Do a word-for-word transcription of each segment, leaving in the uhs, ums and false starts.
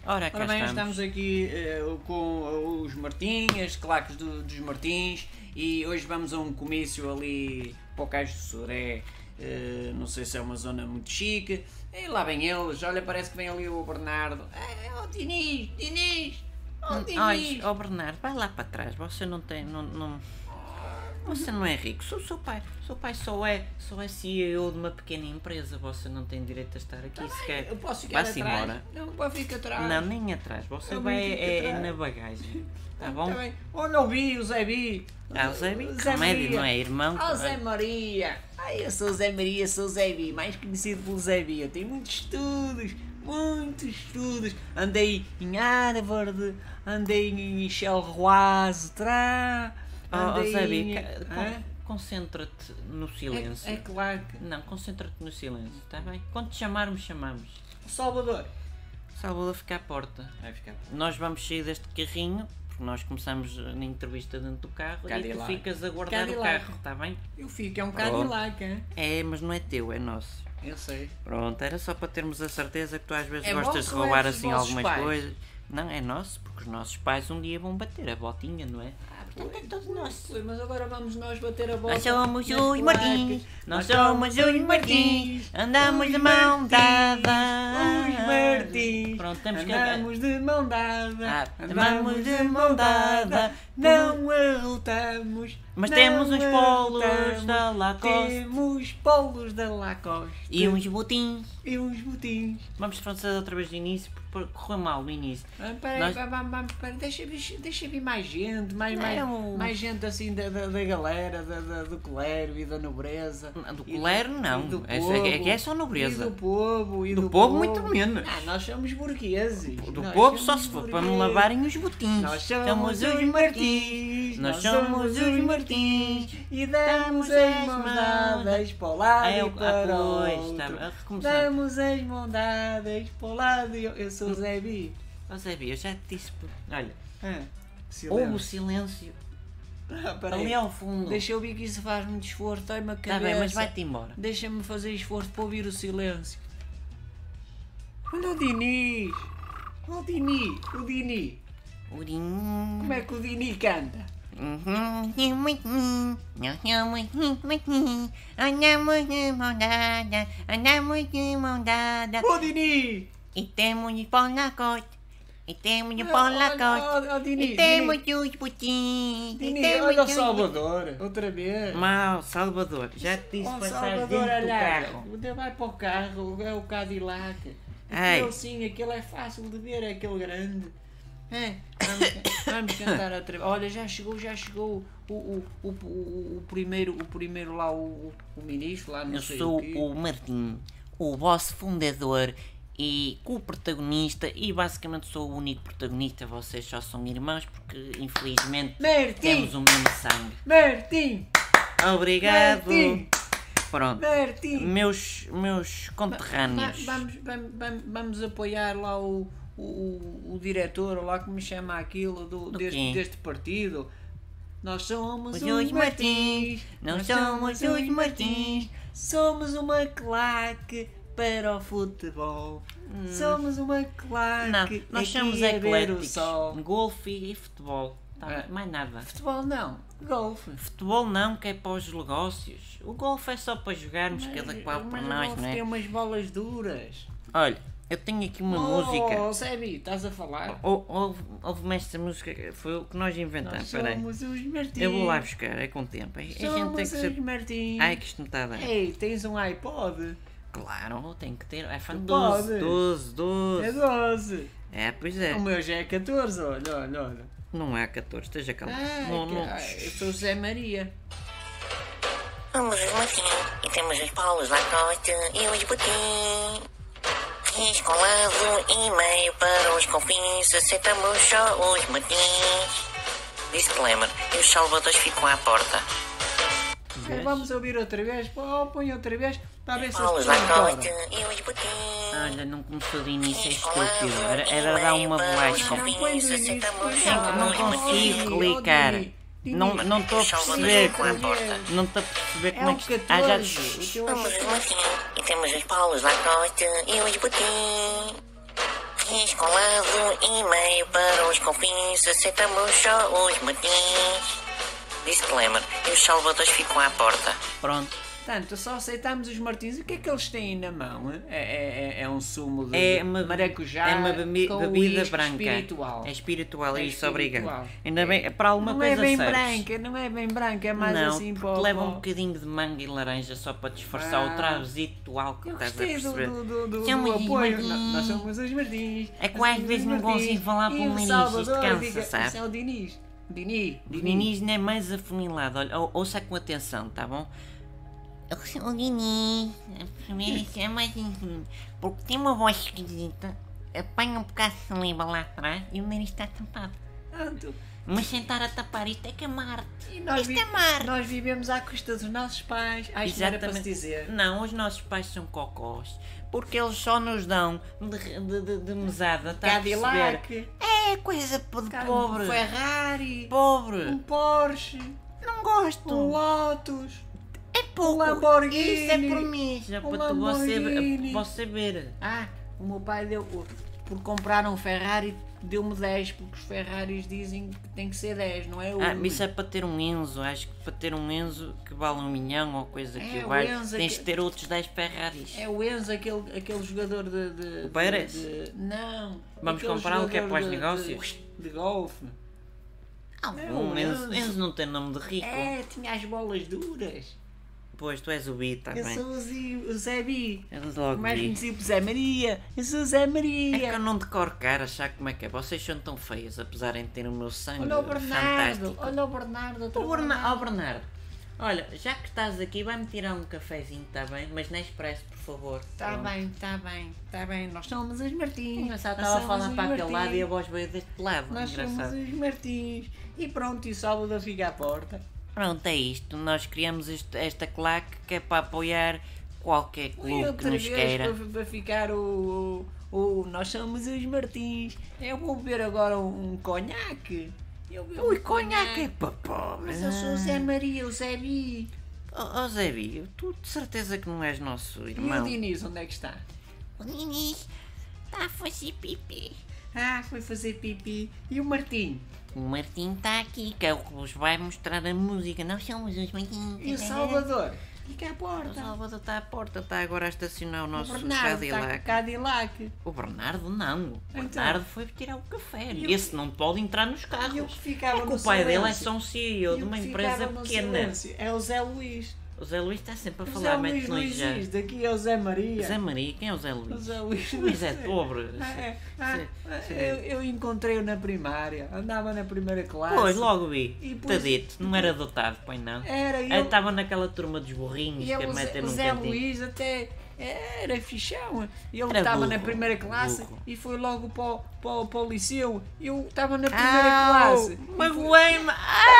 Ora, cá Ora bem, estamos. estamos aqui uh, com os Martins, as claques do, dos Martins, e hoje vamos a um comício ali para o Cais do Soré. Uh, não sei se é uma zona muito chique. E lá vem eles, olha, parece que vem ali o Bernardo. É, oh Diniz, Diniz, oh Diniz. Olha, ó Bernardo, vai lá para trás, você não tem. Não, não, você não é rico, sou seu pai. Seu pai só é, só é C E O de uma pequena empresa, você não tem direito a estar aqui sequer. Eu posso ficar Vá-se atrás? embora. Não, pode ficar atrás. Não, nem atrás, você Eu vai fico é, é atrás. na bagagem. Tá bom? Tá bem. Olha o Bi, o Zé Bi. Ah, o Zé Bi, Zé comédia, Maria. não é irmão? Ah, o Zé Maria. Ai, eu sou o Zé Maria, sou o Zé Bi, mais conhecido pelo Zé Bi. Eu tenho muitos estudos, muitos estudos. Andei em Harvard, andei em Charleroi, Tra. Oh, oh, andei Zé Bi, em... ca- Hã? con- concentra-te no silêncio. É, é claro que... Não, concentra-te no silêncio, está bem? Quando te chamarmos, chamamos. Salvador. Salvador fica à porta. Vai ficar. Nós vamos sair deste carrinho, porque nós começamos na entrevista dentro do carro e tu Cadillac. ficas a guardar Cadillac. o carro, está bem? Eu fico, é um Pronto. Cadillac, hein? É, mas não é teu, é nosso. Eu sei. Pronto, era só para termos a certeza que tu às vezes É gostas vosso de ou é roubar dos assim vossos algumas pais? coisas. Não, é nosso, porque os nossos pais um dia vão bater a botinha, não é? Portanto, é todo nosso. Ui, mas agora vamos nós bater a bola. Nós somos nas os Martins, placas. nós somos os Martins, andamos de mão dada. Os Martins, Pronto, temos que andamos de mão dada. Ah, andamos de mão dada. Não lutamos. Mas não temos uns polos lutamos, da Lacoste. Temos polos da Lacoste. E uns botins. E uns botins. Vamos fazer outra vez do início, porque correu mal no início. Ah, peraí, Nós- vá, vá, vá, peraí, deixa, deixa, deixa vir mais gente, mais, Não, mais, é um- mais gente assim da, da, da galera, da, da- do clero e da nobreza. Do E clero, não. e do Essa povo, é que é só nobreza. E do povo. E Do do, povo, muito menos. Ah, nós somos burgueses. Do Nós povo só somos se for para me burgueses. lavarem os botins. Nós somos, os Martins. Nós somos os Martins. E damos as mãos dadas para o lado Ah, é o- e para ah, o pois, outro. tá, a recomeçar. Damos as mãos dadas para o lado e eu, eu sou o Zé Bi. Ó Zé Bi, eu já te disse. Olha, Ah, ouve o silêncio. silêncio Ah, peraí. ali ao fundo. Deixa eu ver que isso faz muito esforço, dói-me a cabeça. Está bem, mas vai-te embora. Deixa-me fazer esforço para ouvir o silêncio. Olha o Diniz. Olha o Dini. O Dini. Urim. Como é que o Dini canta? Uhum, e muito, nós somos muito, muito, andamos de mão dada, andamos de mão dada, Ô Dini. e temos de pão na costa, e temos de Ah, pão na olha, costa, olha, olha, Dini, e temos Dini. os botins, e Dini, temos olha o os- Salvador. Outra vez. Mal, Salvador, já te disse Ó para estar Salvador, dentro do olha. carro. Vai para o carro, é o Cadillac. Ai. Aquele sim, aquele é fácil de ver, é aquele grande. É, vamos, vamos cantar outra vez. Olha, já chegou, já chegou o, o, o, o, o primeiro, o primeiro lá, o, o ministro lá, não Eu sei sou o quê. o Martim, o vosso fundador e co-protagonista, e basicamente sou o único protagonista, vocês só são irmãos porque infelizmente Martim, temos o mesmo sangue. Martim, Obrigado. Martim, Pronto. Martim. Meus, meus Va- conterrâneos. Vamos, vamos, vamos, vamos apoiar lá o, o, o, o diretor, lá como chama aquilo, do, Do deste, quê? deste partido. Nós somos Os os Martins, Martins, nós nós somos os Martins. somos uma claque para o futebol. Somos uma claque. Não, nós aqui somos a ver o ecléticos. sol. Golfe e futebol. Tá bem? É. Mais nada. Futebol não, golfe. Futebol não, que é para os negócios. O golfe é só para jogarmos cada qual por Mas o nós, golfe não é? tem umas bolas duras. Olha, eu tenho aqui uma oh, música. Oh, Sebi, estás a falar? Ou- Ouve- Ouve-me esta música, foi o que nós inventamos. Nós Peraí. somos os Martins. Eu vou lá buscar, é com o tempo. A gente tem Somos que os ser. Martins. Ai, que isto me está a dar. Ei, tens um iPod? Claro, tem que ter. iPhone podes. doze, doze, É doze. doze. É, pois é. O meu já é catorze, olha, olha, olha. Não é catorze, esteja calmo. Ah, Não, que- não. ah, eu sou o Zé Maria. Somos os Martins e temos os Paulos Lacoste e os Botins. Risco um lado e meio para os confins, aceitamos só os Martins. Disclaimer, e os Salvadores ficam à porta. Eh, Vamos ouvir outra vez, pô, põe outra vez, para ver se as Paulos pessoas Lacoste acordam. e os Botins. Olha, não começou de início, é Risco um lado estúpido. Era, e era dar meio uma para os bolacha. Não, põe do confins, início, aceitamos põe só lá. Não os consigo Martins. clicar. Dini, Dini. Não não estou a Os Salvadores perceber. ficam à porta. Não estou a perceber É como é o que isto. Ah, já. catorze. O teu é Somos os catorze. Martins e temos os Paulos Lacoste e os Botins. Risco ao lado e meio para os confins, aceitamos só os Martins. Disclaimer, e os salvadores ficam à porta. Pronto. Portanto, só aceitamos os Martins. O que é que eles têm na mão? É, é, é, é um sumo de É uma, maracujá é uma bebe- com bebida uísque branca. espiritual. É espiritual, É isso, espiritual. obrigado. Ainda bem, para alguma Não coisa é bem serves. branca, não é bem branca, é mais Não, assim porque para leva um para- bocadinho de manga e laranja só para disfarçar Ah. o travesito álcool que Eu estás a gostei do, perceber. do, do, do, Somos do os apoio. Martins. Nós nós somos os Martins. É que Nós às somos vezes os não Martins. consigo falar E pelo o nariz, Salvador isto cansa, fica- sabe? Isso é o Diniz. Diniz. O Diniz não é mais afunilado. Olha, ou- ouça com atenção, tá bom? O Diniz, é mais enfim, porque tem uma voz esquisita, apanha um bocado de saliva lá atrás e o nariz está tampado. Pronto. Mas sentar a tapar isto é que é Marte. E nós, Isto vi- é Marte. nós vivemos à custa dos nossos pais. Ai, isto não era para se dizer. Não, os nossos pais são cocós. Porque eles só nos dão de, de, de, de mesada, tá a Cadillac, perceber? É coisa de um pobre. Ferrari, Pobre. um Porsche, Não gosto. um Lotus. É pouco. um Lamborghini. Isso é promessa Um para tu você, Lamborghini. você ver. Ah, o meu pai deu, por comprar um Ferrari, deu-me dez, porque os Ferraris dizem que tem que ser dez, não é um. Ah, isso é para ter um Enzo. Acho que para ter um Enzo que vale um milhão ou coisa que É, o vale, Enzo tens que- de ter outros dez Ferraris. É o Enzo, aquele, aquele jogador de. de O Pérez? de- de- não. Vamos aquele comprá-lo que é jogador para os de- negócios? De, de golfe. É Um o Enzo, Enzo. Enzo não tem nome de rico. É, tinha as bolas duras. Pois, tu és o Bi, tá Eu bem. sou o Zé, o Zé Bi. Eu logo Mais vi. conhecido por Zé Maria. Eu sou o Zé É que Maria. eu não decoro cara, achar como é que é. Vocês são tão feios, apesar de terem o meu sangue Olha o Bernardo. fantástico. Olha o Bernardo. outro Ó Berna- ó, Bernardo, olha, já que estás aqui, vai-me tirar um cafezinho, está bem? Mas não expresso, por favor. Está Pronto. bem, está bem, está bem. Nós somos os Martins. Engraçado, Nós estava a somos falar os para aquele lado e a Martins. voz veio deste lado. Nós somos Engraçado. os Martins. E pronto, e o Salvador fica à porta. Pronto, é isto. Nós criamos este- esta claque que é para apoiar qualquer E clube que outra nos vez queira. para, para ficar o, o, o Nós somos os Martins. Eu vou beber agora um, um conhaque. Eu bebo Ui, um conhaque é para pobre. Mas eu sou o Zé Maria, o Zé Bi. Ó oh, Zé Bi, tu de certeza que não és nosso E irmão. o Diniz, onde é que está? O Diniz está a fazer pipi. Ah, foi fazer pipi. E o Martim? O Martim está aqui, que é o que vos vai mostrar a música. Nós somos os Martins. E o Salvador? Fica à O porta. Salvador está à porta, está agora a estacionar o O nosso Bernardo está com Cadillac. Cadillac. O Bernardo não. O Então. Bernardo foi tirar o café. E o- Esse não pode entrar nos carros. E o que ficava é que no o pai dele é silêncio? só um C E O de E o uma que empresa ficava no pequena. silêncio É o Zé Luís. O Zé Luís está sempre a O falar, Zé Luís mete não nojo já. existe. Aqui é o Zé Maria. Zé Maria, quem é o Zé O Luís? Zé Luís. O Luís é pobre. Ah, é. Ah, Sim, sim. eu, eu encontrei-o na primária. Andava na primeira classe. Pois, logo vi. E Está depois- dito, não era dotado, pois não. Era Eu eu. estava naquela turma dos burrinhos E que ele, a o Zé, metem o num Zé cantinho. Luís até era fichão. Ele Era estava na burro, primeira classe burro. e foi logo para, o- para, o- para o liceu. Eu estava na primeira Au, classe. E magoei-me.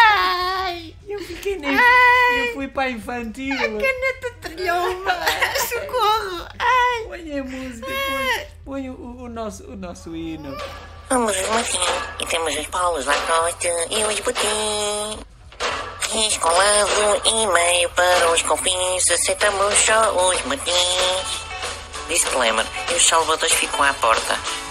Ai! fui- Eu fiquei nem. Eu fui para a infantil. Caneta trilhou-me. Socorro! Ai! Põe a música, põe, põe o, o nosso, o nosso hino. Vamos os Martins e temos os Paulos lá costa e os Botim. Risco ao lado e meio para os confins, aceitamos só os Martins. Disclaimer, e os salvadores ficam à porta.